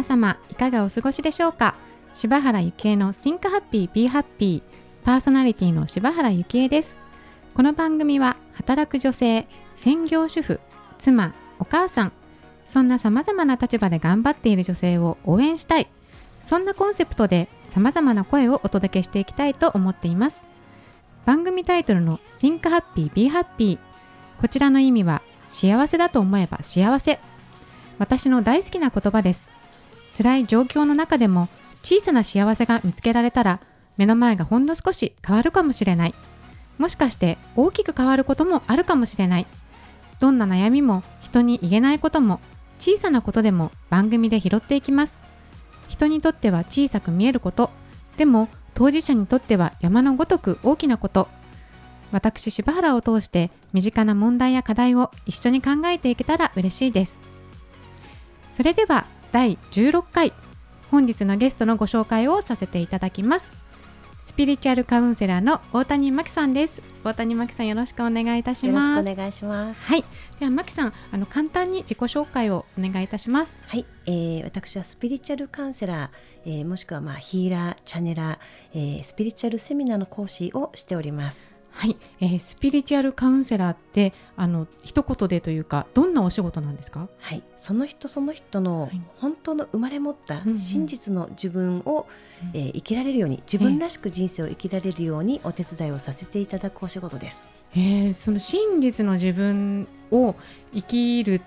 皆様いかがお過ごしでしょうか。柴原幸恵の Think Happy Be Happy、 パーソナリティの柴原幸恵です。この番組は働く女性、専業主婦、妻、お母さん、そんな様々な立場で頑張っている女性を応援したい、そんなコンセプトで様々な声をお届けしていきたいと思っています。番組タイトルの Think Happy Be Happy、 こちらの意味は幸せだと思えば幸せ。私の大好きな言葉です。辛い状況の中でも小さな幸せが見つけられたら、目の前がほんの少し変わるかもしれない。もしかして大きく変わることもあるかもしれない。どんな悩みも人に言えないことも、小さなことでも番組で拾っていきます。人にとっては小さく見えること、でも当事者にとっては山のごとく大きなこと。私柴原を通して身近な問題や課題を一緒に考えていけたら嬉しいです。それでは第16回、本日のゲストのご紹介をさせていただきます。スピリチュアルカウンセラーの大谷真紀さんです。大谷真紀さん、よろしくお願いいたします。 よろしくお願いします。 はい、では真紀さん、簡単に自己紹介をお願いいたします。 はい、私はスピリチュアルカウンセラー、もしくはヒーラー、チャネラー、スピリチュアルセミナーの講師をしております。 はい、スピリチュアルカウンセラーって一言でというか、どんなお仕事なんですか？ はい、その人その人の本当の生まれ持った真実の自分を、生きられるように、自分らしく人生を生きられるようにお手伝いをさせていただくお仕事です。 その真実の自分を生きるって、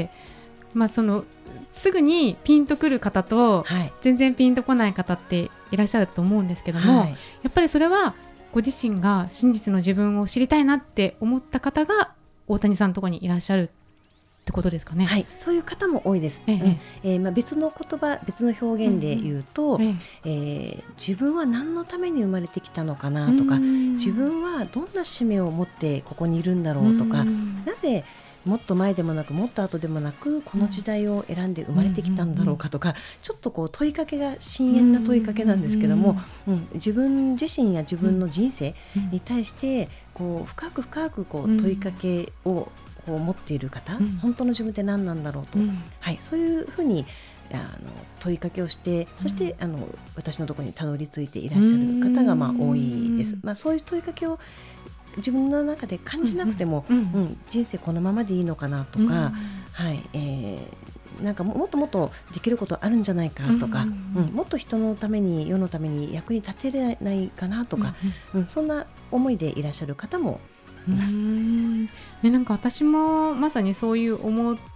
すぐにピンとくる方と、全然ピンとこない方っていらっしゃると思うんですけども、やっぱりそれはご自身が真実の自分を知りたいなって思った方が大谷さんのところにいらっしゃるってことですかね？ はい、そういう方も多いです。別の言葉、別の表現で言うと、自分は何のために生まれてきたのかなとか、自分はどんな使命を持ってここにいるんだろうとか、なぜもっと前でもなくもっと後でもなくこの時代を選んで生まれてきたんだろうかとか、ちょっと問いかけが深遠な問いかけなんですけども、自分自身や自分の人生に対して深く問いかけを持っている方、本当の自分って何なんだろうと、そういうふうに問いかけをして、そして私のところにたどり着いていらっしゃる方が多いです。そういう問いかけを自分の中で感じなくても、人生このままでいいのかなとか、なんかもっともっとできることあるんじゃないかとか、もっと人のために世のために役に立てれないかなとか、そんな思いでいらっしゃる方もいます。 なんか私もまさにそういう思って、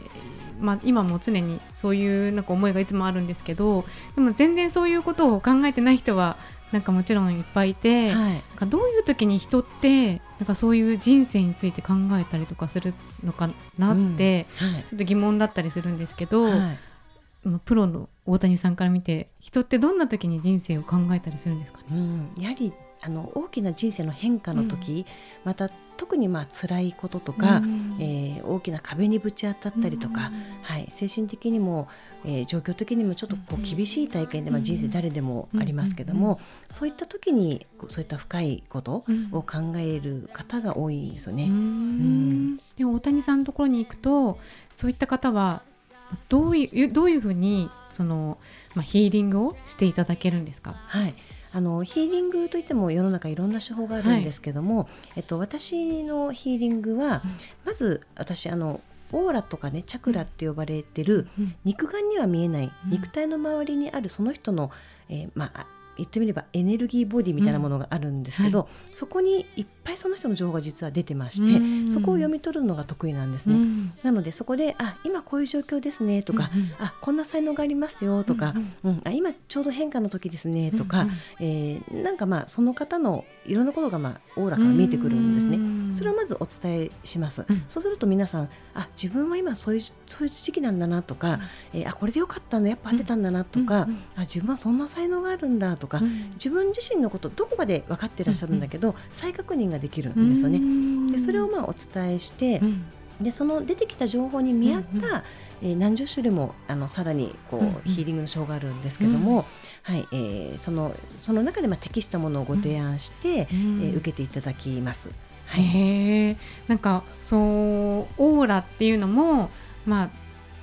今も常にそういうなんか思いがいつもあるんですけど、でも全然そういうことを考えてない人はなんかもちろんいっぱいいて、なんかどういう時に人ってなんかそういう人生について考えたりとかするのかなって、ちょっと疑問だったりするんですけど、プロの大谷さんから見て、人ってどんな時に人生を考えたりするんですかね？ やはり大きな人生の変化の時、また特に辛いこととか、大きな壁にぶち当たったりとか、精神的にも、状況的にもちょっと厳しい体験で、人生誰でもありますけども、そういった時にそういった深いことを考える方が多いですよね。 でも大谷さんのところに行くと、そういった方はどういうふうにヒーリングをしていただけるんですか？ ヒーリングといっても世の中いろんな手法があるんですけども、私のヒーリングは、まず私オーラとかね、チャクラって呼ばれてる、肉眼には見えない肉体の周りにあるその人の、言ってみればエネルギーボディみたいなものがあるんですけど、そこにいっぱいその人の情報が実は出てまして、そこを読み取るのが得意なんですね。なのでそこで今こういう状況ですねとか、こんな才能がありますよとか、今ちょうど変化の時ですねとか、なんかその方のいろんなことがオーラから見えてくるんですね。それをまずお伝えします。そうすると皆さん、自分は今そういう時期なんだなとか、これでよかったんだ、やっぱ当てたんだなとか、自分はそんな才能があるんだとか、自分自身のことどこかで分かっていらっしゃるんだけど、再確認ができるんですよね。でそれをお伝えして、でその出てきた情報に見合った、何十種類もさらにヒーリングの手法があるんですけども、その中で適したものをご提案して、受けていただきます。 なんかオーラっていうのも、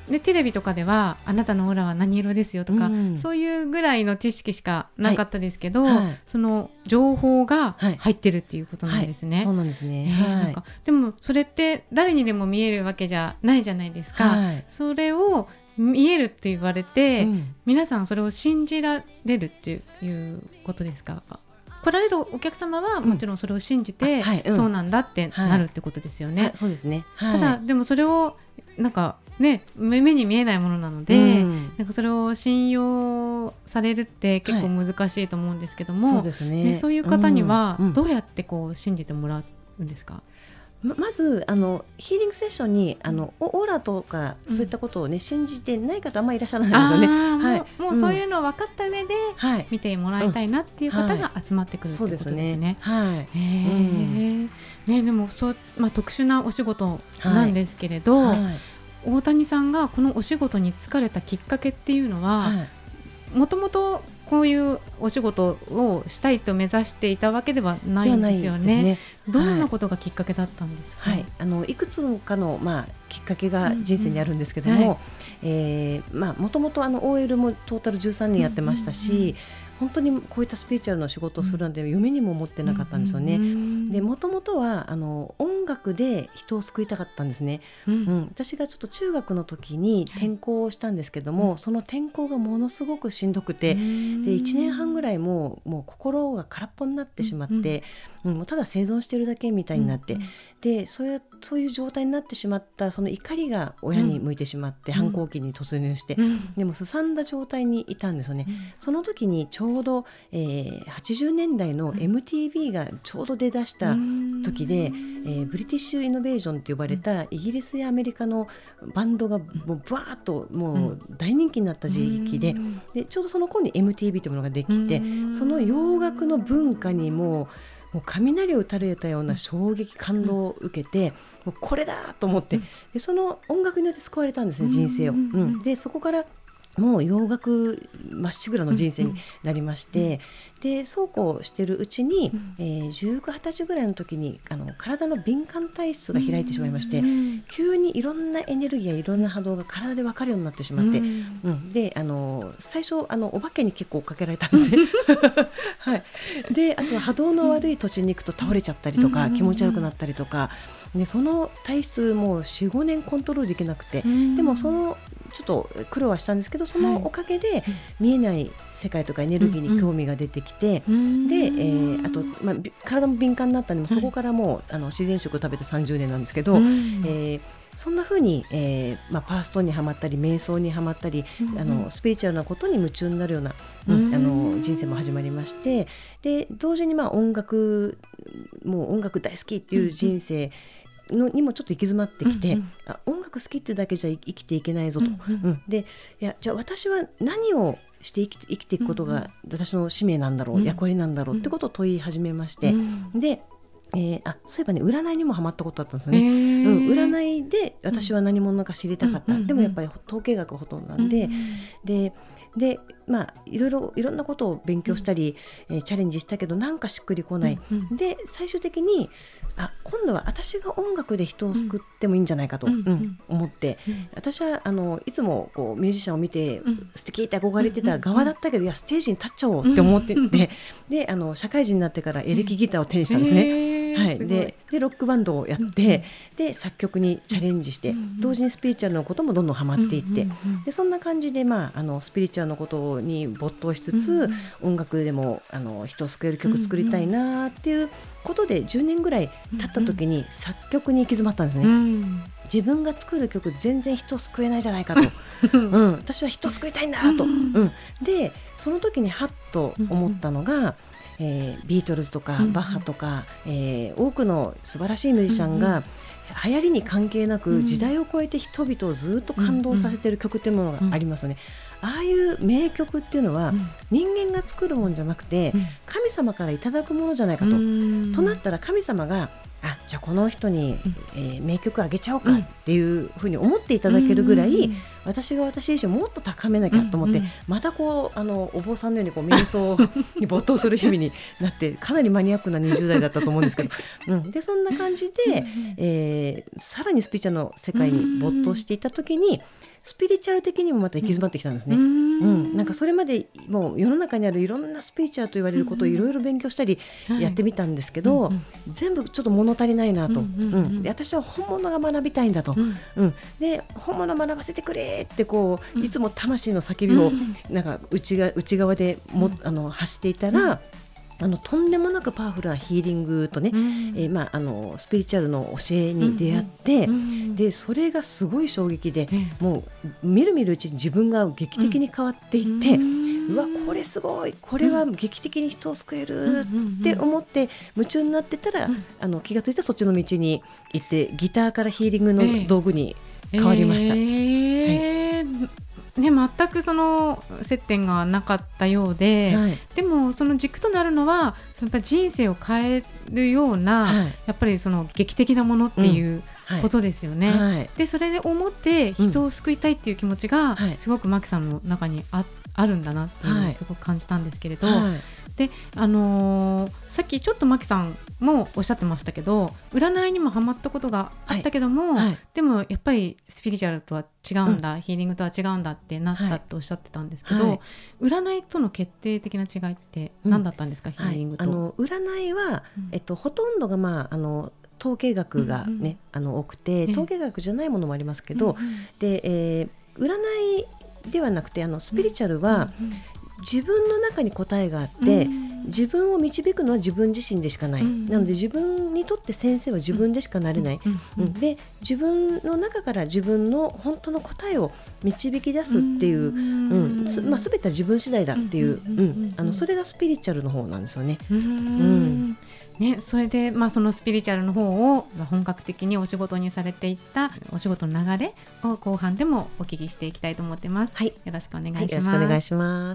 ね、テレビとかではあなたのオーラは何色ですよとか、そういうぐらいの知識しかなかったですけど、その情報が入ってるっていうことなんですね。 そうなんですね。 なんかでもそれって誰にでも見えるわけじゃないじゃないですか。それを見えるって言われて、皆さんそれを信じられるっていうことですか？来られるお客様はもちろんそれを信じて、そうなんだってなるってことですよね。 そうですね。 ただでもそれをなんかね、目に見えないものなので、なんかそれを信用されるって結構難しいと思うんですけども、 そうですね。 そういう方にはどうやってこう信じてもらうんですか？ まずヒーリングセッションにオーラとかそういったことをね、信じてない方あんまりいらっしゃらないですよね。 もうそういうのを分かった上で見てもらいたいなっていう方が集まってくるってことですね。でも特殊なお仕事なんですけれど、大谷さんがこのお仕事に就かれたきっかけっていうのは、もともとこういうお仕事をしたいと目指していたわけではないんですよね。どんなことがきっかけだったんですか？ いくつかの、きっかけが人生にあるんですけども、もともとOL もトータル13年やってましたし、本当にこういったスピリチュアルな仕事をするなんて夢にも思ってなかったんですよね。でもともとは音楽で人を救いたかったんですね。私がちょっと中学の時に転校をしたんですけども、その転校がものすごくしんどくて、で1年半ぐらいもう心が空っぽになってしまって、もうただ生存してるだけみたいになって、でそういう状態になってしまった、その怒りが親に向いてしまって、反抗期に突入して、でもすさんだ状態にいたんですよね。その時にちょうど、80年代の MTV がちょうど出だした時で、ブリティッシュイノベーションと呼ばれたイギリスやアメリカのバンドがもうバーッともう大人気になった時期で、ちょうどその頃に MTV というものができて、その洋楽の文化にもう雷を打たれたような衝撃感動を受けて、もうこれだと思って、でその音楽によって救われたんですね、人生を。でそこからもう洋楽まっしぐらの人生になりまして、でそうこうしてるうちに、19、20歳ぐらいの時に体の敏感体質が開いてしまいまして、急にいろんなエネルギーやいろんな波動が体で分かるようになってしまって、で最初お化けに結構追っかけられたんですね。であとは波動の悪い土地に行くと倒れちゃったりとか、気持ち悪くなったりとか、でその体質も 4,5 年コントロールできなくて、でもそのちょっと苦労はしたんですけど、そのおかげで見えない世界とかエネルギーに興味が出てきて、で、あと、体も敏感になったので、そこからもう自然食を食べて30年なんですけど、そんな風に、パーストにはまったり瞑想にはまったり、スピリチュアルなことに夢中になるような、人生も始まりまして、で同時に音楽大好きっていう人生にもちょっと行き詰まってきて、音楽好きっていうだけじゃ生きていけないぞと、でじゃあ私は何をして生きていくことが私の使命なんだろう、役割なんだろうってことを問い始めまして、でそういえばね、占いにもハマったことあったんですよね。占いで私は何者か知りたかった、でもやっぱり統計学がほとんどなんで、でいろんなことを勉強したり、チャレンジしたけどなんかしっくりこない、で最終的に今度は私が音楽で人を救ってもいいんじゃないかと、思って、私はいつもこうミュージシャンを見て、素敵って憧れてた側だったけど、いやステージに立っちゃおうって思ってて、で社会人になってからエレキギターを手にしたんですね。でロックバンドをやって、で作曲にチャレンジして、同時にスピリチュアルのこともどんどんハマっていって、でそんな感じで、スピリチュアルのことに没頭しつつ、音楽でも人を救える曲作りたいなっていうことで10年ぐらい経った時に作曲に行き詰まったんですね。自分が作る曲全然人を救えないじゃないかと、私は人を救いたいんだと、でその時にハッと思ったのが、ビートルズとかバッハとか、多くの素晴らしいミュージシャンが流行りに関係なく時代を超えて人々をずっと感動させている曲っていうものがありますよね。ああいう名曲っていうのは人間が作るものじゃなくて、神様からいただくものじゃないかと、となったら神様がじゃあこの人に、名曲あげちゃおうかっていうふうに思っていただけるぐらい、私が私自身をもっと高めなきゃと思って、またこうお坊さんのようにこう瞑想に没頭する日々になって、かなりマニアックな20代だったと思うんですけど、でそんな感じで、さらにスピーチャーの世界に没頭していた時に、 スピリチュアル的にもまた行き詰まってきたんですね。なんかそれまでもう世の中にあるいろんなスピリチュアルと言われることをいろいろ勉強したりやってみたんですけど、全部ちょっと物足りないなと、で私は本物が学びたいんだと、で本物学ばせてくれってこういつも魂の叫びをなんか内側で発していたら、とんでもなくパワフルなヒーリングとね、スピリチュアルの教えに出会って、でそれがすごい衝撃で、もうみるみるうちに自分が劇的に変わっていって、うわこれすごい、これは劇的に人を救えるって思って夢中になってたら、気がついたらそっちの道に行って、ギターからヒーリングの道具に変わりました。 ね、全くその接点がなかったようで、でもその軸となるのはやっぱり人生を変えるような、やっぱりその劇的なものっていうことですよね。でそれで思って人を救いたいっていう気持ちがすごくマキさんの中にあるんだなっていうのをすごく感じたんですけれど、でさっきちょっとマキさんもおっしゃってましたけど、占いにもハマったことがあったけども、でもやっぱりスピリチュアルとは違うんだ、ヒーリングとは違うんだってなったっておっしゃってたんですけど、占いとの決定的な違いって何だったんですか、ヒーリングと。 占いは、ほとんどが統計学がね、多くて、統計学じゃないものもありますけど、で、占いではなくてスピリチュアルは、自分の中に答えがあって、自分を導くのは自分自身でしかない、なので自分にとって先生は自分でしかなれない、で自分の中から自分の本当の答えを導き出すっていう、全ては自分次第だっていう、それがスピリチュアルの方なんですよね。 ね、それで、そのスピリチュアルの方を本格的にお仕事にされていったお仕事の流れを後半でもお聞きしていきたいと思ってます。よろしくお願いします。 よろしくお願いします。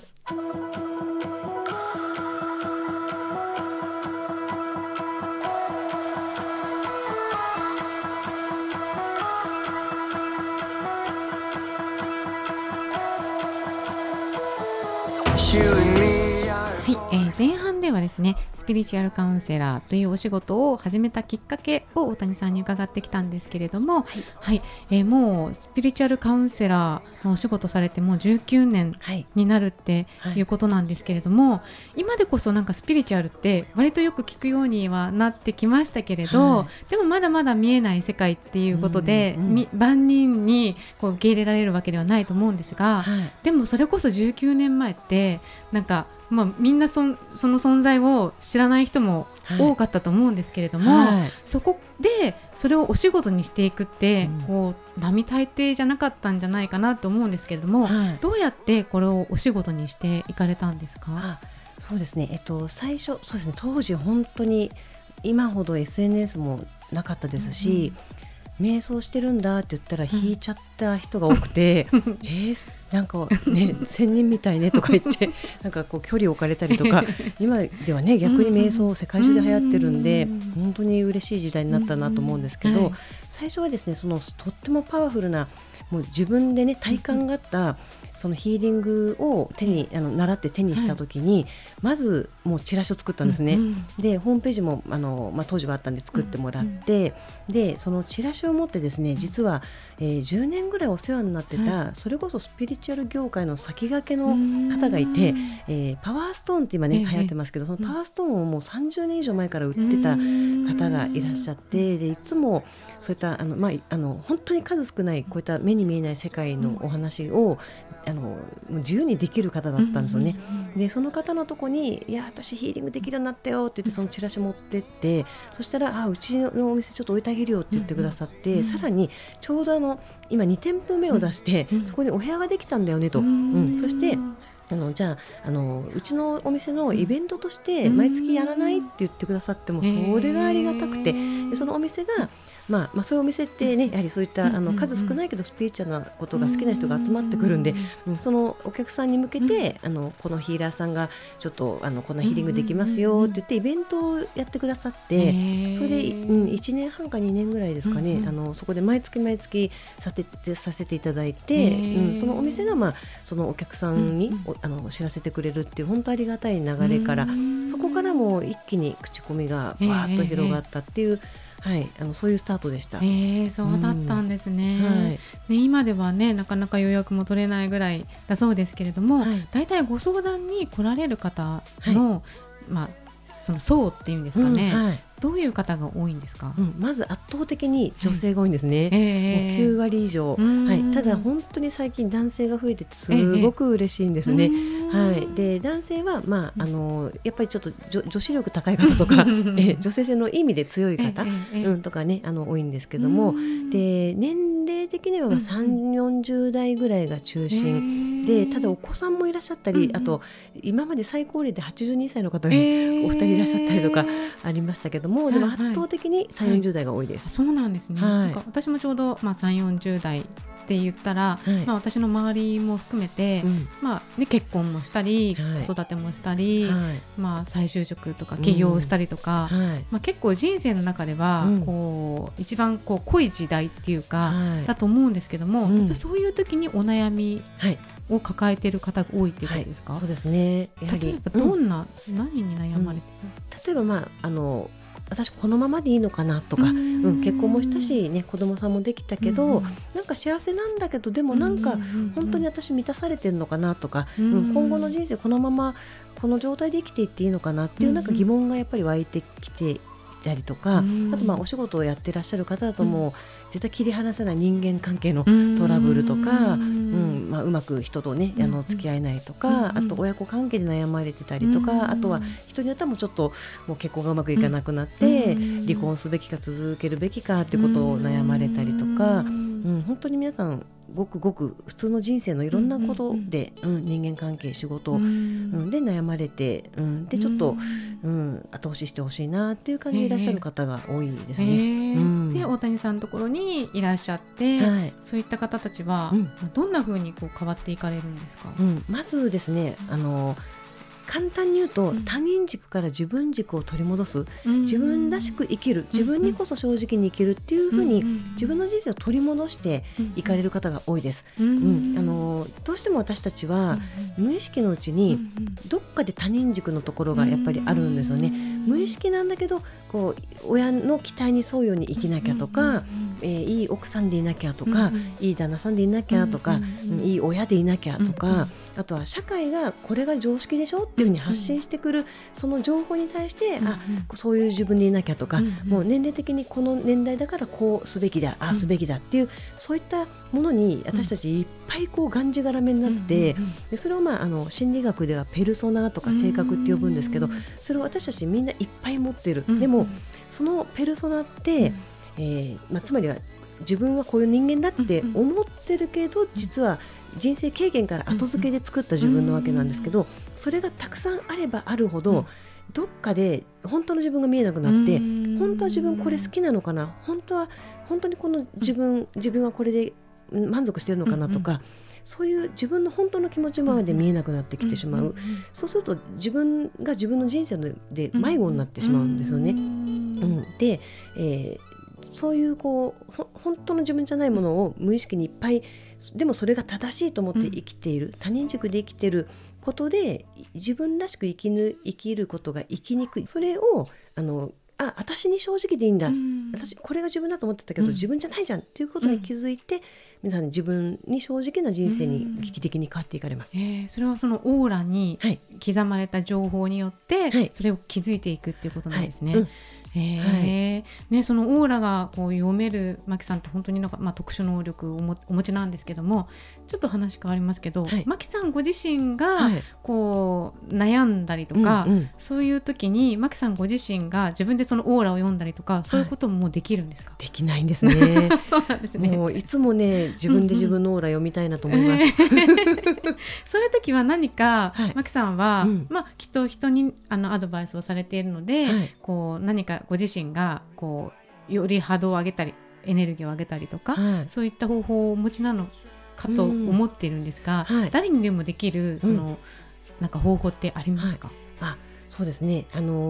前半ではですね、スピリチュアルカウンセラーというお仕事を始めたきっかけを大谷さんに伺ってきたんですけれども、もうスピリチュアルカウンセラーのお仕事されてもう19年になるっていうことなんですけれども、今でこそなんかスピリチュアルって割とよく聞くようにはなってきましたけれど、でもまだまだ見えない世界っていうことで、万人にこう受け入れられるわけではないと思うんですが、でもそれこそ19年前ってなんかみんなその存在を知らない人も多かったと思うんですけれども、そこでそれをお仕事にしていくって、こう並大抵じゃなかったんじゃないかなと思うんですけれども、どうやってこれをお仕事にしていかれたんですか？ そうですね、最初そうですね、当時本当に今ほど SNS もなかったですし、瞑想してるんだって言ったら引いちゃった人が多くて、なんかね仙人みたいねとか言ってなんかこう距離を置かれたりとか、今ではね逆に瞑想世界中で流行ってるんで、本当に嬉しい時代になったなと思うんですけど、最初はですね、とってもパワフルな、もう自分でね体感があったそのヒーリングを習って手にした時に、まずもうチラシを作ったんですね。でホームページも当時はあったんで作ってもらって、でそのチラシを持ってですね、実は、10年ぐらいお世話になってた、それこそスピリチュアル業界の先駆けの方がいて、パワーストーンって今ね流行ってますけど、そのパワーストーンをもう30年以上前から売ってた方がいらっしゃって、でいつもそういった本当に数少ないこういった目に見えない世界のお話を自由にできる方だったんですよね。でその方のとこに、いや私ヒーリングできるようになったよって言って、そのチラシ持ってって、そしたらうちのお店ちょっと置いてあげるよって言ってくださって、さらにちょうど今2店舗目を出して、そこにお部屋ができたんだよねと、そしてじゃあうちのお店のイベントとして毎月やらないって言ってくださって、もそれがありがたくて、でそのお店がそういうお店ってね、やはりそういった数少ないけどスピリチュアルなことが好きな人が集まってくるんで、そのお客さんに向けてこのヒーラーさんがちょっとこんなヒーリングできますよって言ってイベントをやってくださって、それで1年半か2年ぐらいですかね、そこで毎月させていただいて、そのお店がそのお客さんに知らせてくれるっていう本当ありがたい流れから、そこからもう一気に口コミがバーッと広がったっていうはい、そういうスタートでした。 そうだったんですね。で今ではねなかなか予約も取れないぐらいだそうですけれども、だいたいご相談に来られる方の、その層っていうんですかね、どういう方が多いんですか？ まず圧倒的に女性が多いんですね。もう9割以上、ただ本当に最近男性が増えててすごく嬉しいんですね。で男性は、やっぱりちょっと女子力高い方とか女性性の意味で強い方、とかね多いんですけども、で年齢的には3、40代ぐらいが中心で、ただお子さんもいらっしゃったり、あと今まで最高齢で82歳の方がお二人いらっしゃったりとかありましたけども、でも圧倒的に3、40代が多いです。 そうなんですね。なんか私もちょうど、3、40代って言ったら、私の周りも含めて、結婚もしたり、子育てもしたり、再就職とか起業をしたりとか、結構人生の中では、一番濃い時代っていうか、だと思うんですけども、やっぱそういう時にお悩みを抱えている方が多いっていうことですか？ そうですね。やはり例えばどんな、何に悩まれてる？例えば私このままでいいのかなとか、結婚もしたし、子供さんもできたけど、なんか幸せなんだけど、でもなんか本当に私満たされてるのかなとか、今後の人生このままこの状態で生きていっていいのかなっていうなんか疑問がやっぱり湧いてきていたりとか、あとお仕事をやってらっしゃる方だともう絶対切り離せない人間関係のトラブルとか、うまく人とね付き合えないとか、あと親子関係で悩まれてたりとか、あとは人によってはもうちょっもう結婚がうまくいかなくなって、離婚すべきか続けるべきかってことを悩まれたりとか、本当に皆さんごくごく普通の人生のいろんなことで、人間関係仕事、で悩まれて、でちょっと、後押ししてほしいなっていう感じでいらっしゃる方が多いですね。 で大谷さんのところにいらっしゃって、そういった方たちは、どんな風に変わっていかれるんですか？ まずですね、簡単に言うと、他人軸から自分軸を取り戻す、自分らしく生きる、自分にこそ正直に生きるっていう風に、自分の人生を取り戻していかれる方が多いです。どうしても私たちは無意識のうちにどっかで他人軸のところがやっぱりあるんですよね。無意識なんだけど親の期待に沿うように生きなきゃとか、いい奥さんでいなきゃとか、いい旦那さんでいなきゃとか、いい親でいなきゃとか、あとは社会がこれが常識でしょっていうふうに発信してくるその情報に対して、そういう自分でいなきゃとか、もう年齢的にこの年代だからこうすべきだ、すべきだっていう、そういったものに私たちいっぱいがんじがらめになって、でそれを心理学ではペルソナとか性格って呼ぶんですけど、それを私たちみんないっぱい持ってる。でもそのペルソナって、つまりは自分はこういう人間だって思ってるけど、実は人生経験から後付けで作った自分なわけなんですけど、それがたくさんあればあるほど、どっかで本当の自分が見えなくなって、本当は自分これ好きなのかな、本当にこの自分はこれで満足してるのかなとか、そういう自分の本当の気持ちまで見えなくなってきてしまう。そうすると自分が自分の人生で迷子になってしまうんですよね。で、そういう本当の自分じゃないものを無意識にいっぱい、でもそれが正しいと思って生きている、他人軸で生きていることで自分らしく生きることが生きにくい。それを私に正直でいいんだ、私これが自分だと思ってたけど、自分じゃないじゃんっていうことに気づいて、皆さん自分に正直な人生に危機的に変わっていかれます。 それはそのオーラに刻まれた情報によって、それを気づいていくっていうことなんですね。そのオーラが読めるマキさんって本当に特殊能力をお持ちなんですけども、ちょっと話変わりますけど、マキさんご自身が悩んだりとか、そういう時にマキさんご自身が自分でそのオーラを読んだりとか、そういうこともできるんですか？ できないんですね。 そうなんですね。 もういつもね、自分で自分のオーラ読みたいなと思います。 そういう時は何か、マキさんは、きっと人にアドバイスをされているので、何かご自身がより波動を上げたりエネルギーを上げたりとか、そういった方法をお持ちなのかと思っているんですが、誰にでもできるなんか方法ってありますか？ そうですね、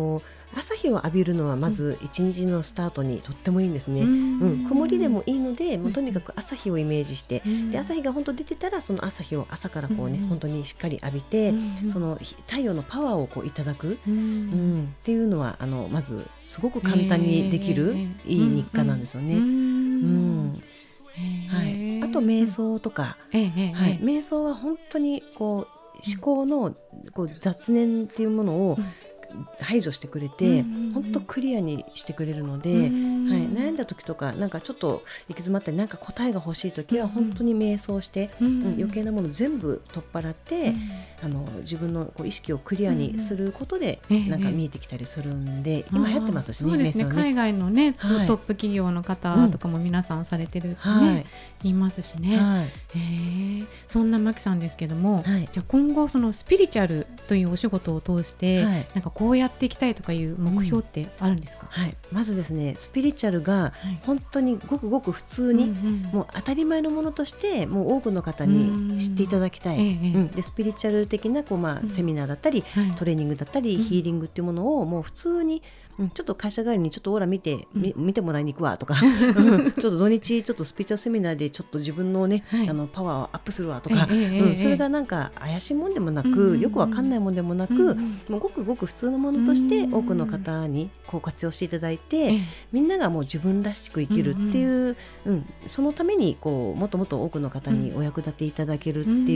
朝日を浴びるのはまず一日のスタートにとってもいいんですね。曇りでもいいので、もうとにかく朝日をイメージして、で朝日が本当出てたらその朝日を朝からこうね、本当にしっかり浴びて、その太陽のパワーをこういただく、っていうのはまずすごく簡単にできるいい日課なんですよね。はい、あと瞑想とか、瞑想は本当にこう思考のこう雑念っていうものを排除してくれて、本当クリアにしてくれるので、悩んだ時とかなんかちょっと行き詰まったりなんか答えが欲しい時は本当に瞑想して、余計なもの全部取っ払って、自分のこう意識をクリアにすることでなんか見えてきたりするんで、今流行ってますしね。 そうですね、海外のね、トップ企業の方とかも皆さんされてるってね、言いますしね。そんなマキさんですけども、じゃあ今後そのスピリチュアルというお仕事を通して、なんかこうやっていきたいとかいう目標ってあるんですか？ まずですね、スピリチュアルが本当にごくごく普通に、もう当たり前のものとしてもう多くの方に知っていただきたい。でスピリチュアル的なこう、セミナーだったり、トレーニングだったり、ヒーリングっていうものをもう普通にちょっと会社帰りにちょっとオーラ見てもらいに行くわとかちょっと土日ちょっとスピリチュアルセミナーでちょっと自分のね、パワーをアップするわとか、それがなんか怪しいもんでもなく、よくわかんないもんでもなく、もうごくごく普通のものとして多くの方にこう活用していただいて、みんながもう自分らしく生きるっていう、そのためにこうもっともっと多くの方にお役立ていただけるっていう、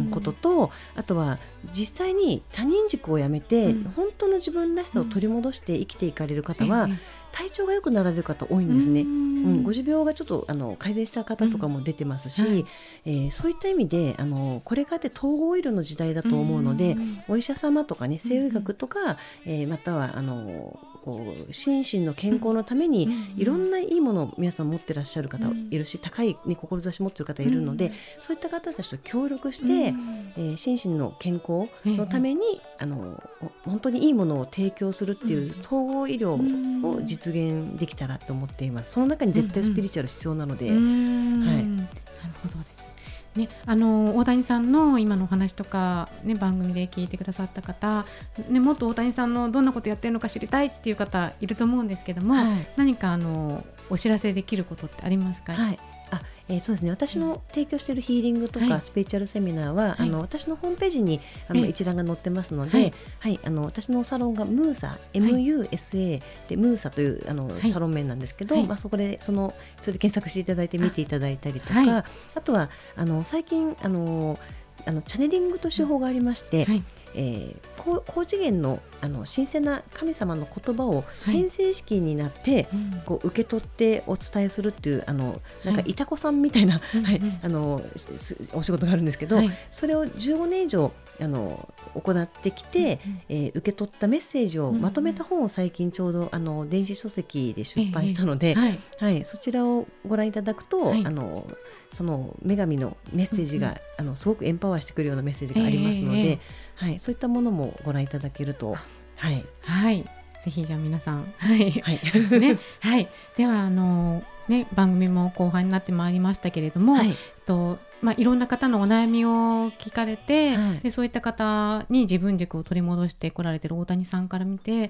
ことと、あとは実際に他人軸をやめて、本当の自分らしさを取り戻して生きていかれる方は、体調が良くなられる方多いんですね。ご持病がちょっと改善した方とかも出てますし、そういった意味でこれからって統合医療の時代だと思うので、お医者様とかね、西洋医学とか、またはこう心身の健康のためにいろんないいものを皆さん持ってらっしゃる方いるし、高い、志持ってる方いるので、そういった方たちと協力して、心身の健康のために本当にいいものを提供するっていう統合医療を実現できたらと思っています。その中に絶対スピリチュアル必要なので、なるほどですね。大谷さんの今のお話とか、ね、番組で聞いてくださった方、ね、もっと大谷さんのどんなことやってるのか知りたいっていう方いると思うんですけども、何かお知らせできることってありますか？ そうですね、私の提供しているヒーリングとかスピリチュアルセミナーは、私のホームページに一覧が載ってますので、私のサロンがムーサ、MUSA でムーサというサロン名なんですけど、それで検索していただいて見ていただいたりとか、あとは最近チャネリングと手法がありまして、高次元の神聖な神様の言葉を編成式になって、こう受け取ってお伝えするっていうなんかいたこさんみたいな、お仕事があるんですけど、それを15年以上行ってきて、受け取ったメッセージをまとめた本を最近ちょうど電子書籍で出版したので、そちらをご覧いただくと、その女神のメッセージがすごくエンパワーしてくるようなメッセージがありますので、そういったものもご覧いただけると、 ぜひじゃあ皆さん、ですね。では番組も後半になってまいりましたけれども、いろんな方のお悩みを聞かれて、でそういった方に自分軸を取り戻してこられている大谷さんから見て、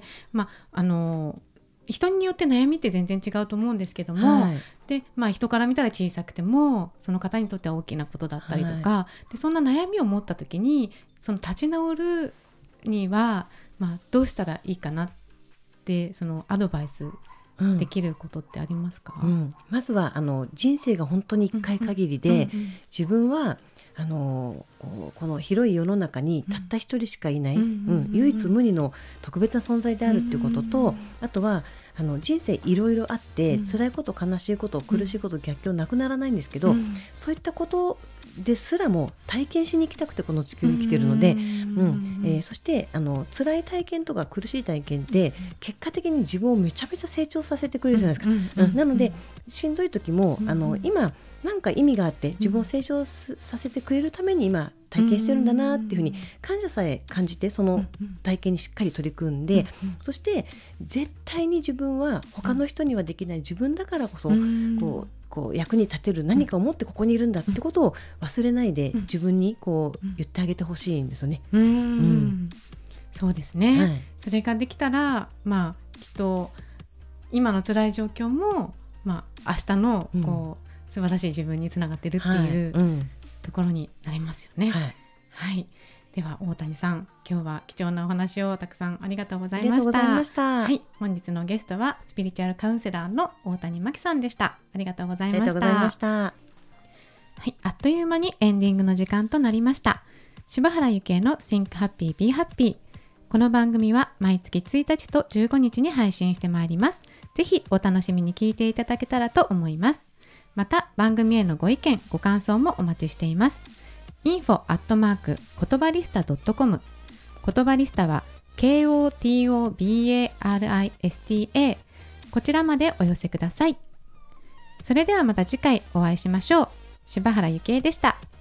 人によって悩みって全然違うと思うんですけども、で人から見たら小さくてもその方にとっては大きなことだったりとか、でそんな悩みを持った時にその立ち直るには、どうしたらいいかなって、そのアドバイスできることってありますか？ まずは人生が本当に一回限りで、自分はこの広い世の中にたった一人しかいない、唯一無二の特別な存在であるっていうことと、あとは人生いろいろあって、辛いこと悲しいこと苦しいこと、逆境なくならないんですけど、そういったことですらも体験しに行きたくてこの地球に来てるので、そして辛い体験とか苦しい体験って結果的に自分をめちゃめちゃ成長させてくれるじゃないですか。なのでしんどい時も今なんか意味があって自分を成長させてくれるために今体験してるんだなっていうふうに感謝さえ感じて、その体験にしっかり取り組んで、そして絶対に自分は他の人にはできない自分だからこそこう役に立てる何かを持ってここにいるんだってことを忘れないで自分にこう言ってあげてほしいんですよね。 そうですね、 はい、 それができたら、まあ、きっと今の辛い状況も、まあ、明日のこう、素晴らしい自分につながってるっていう、ところになりますよね。 はい、 はい、では大谷さん、今日は貴重なお話をたくさんありがとうございありがました。 とうございました。 はい、本日のゲストはスピリチュアルカウンセラーの大谷真希さんでした。ありがとうございました。 ありがとうございました。 はい、あっという間にエンディングの時間となりました。柴原ゆきえの Think Happy Be Happy、 この番組は毎月1日と15日に配信してまいります。ぜひお楽しみに聞いていただけたらと思います。また番組へのご意見ご感想もお待ちしています。info@ 言葉リスタ .com、 言葉リスタは KOTOBARISTA、 こちらまでお寄せください。それではまた次回お会いしましょう。柴原ゆきえでした。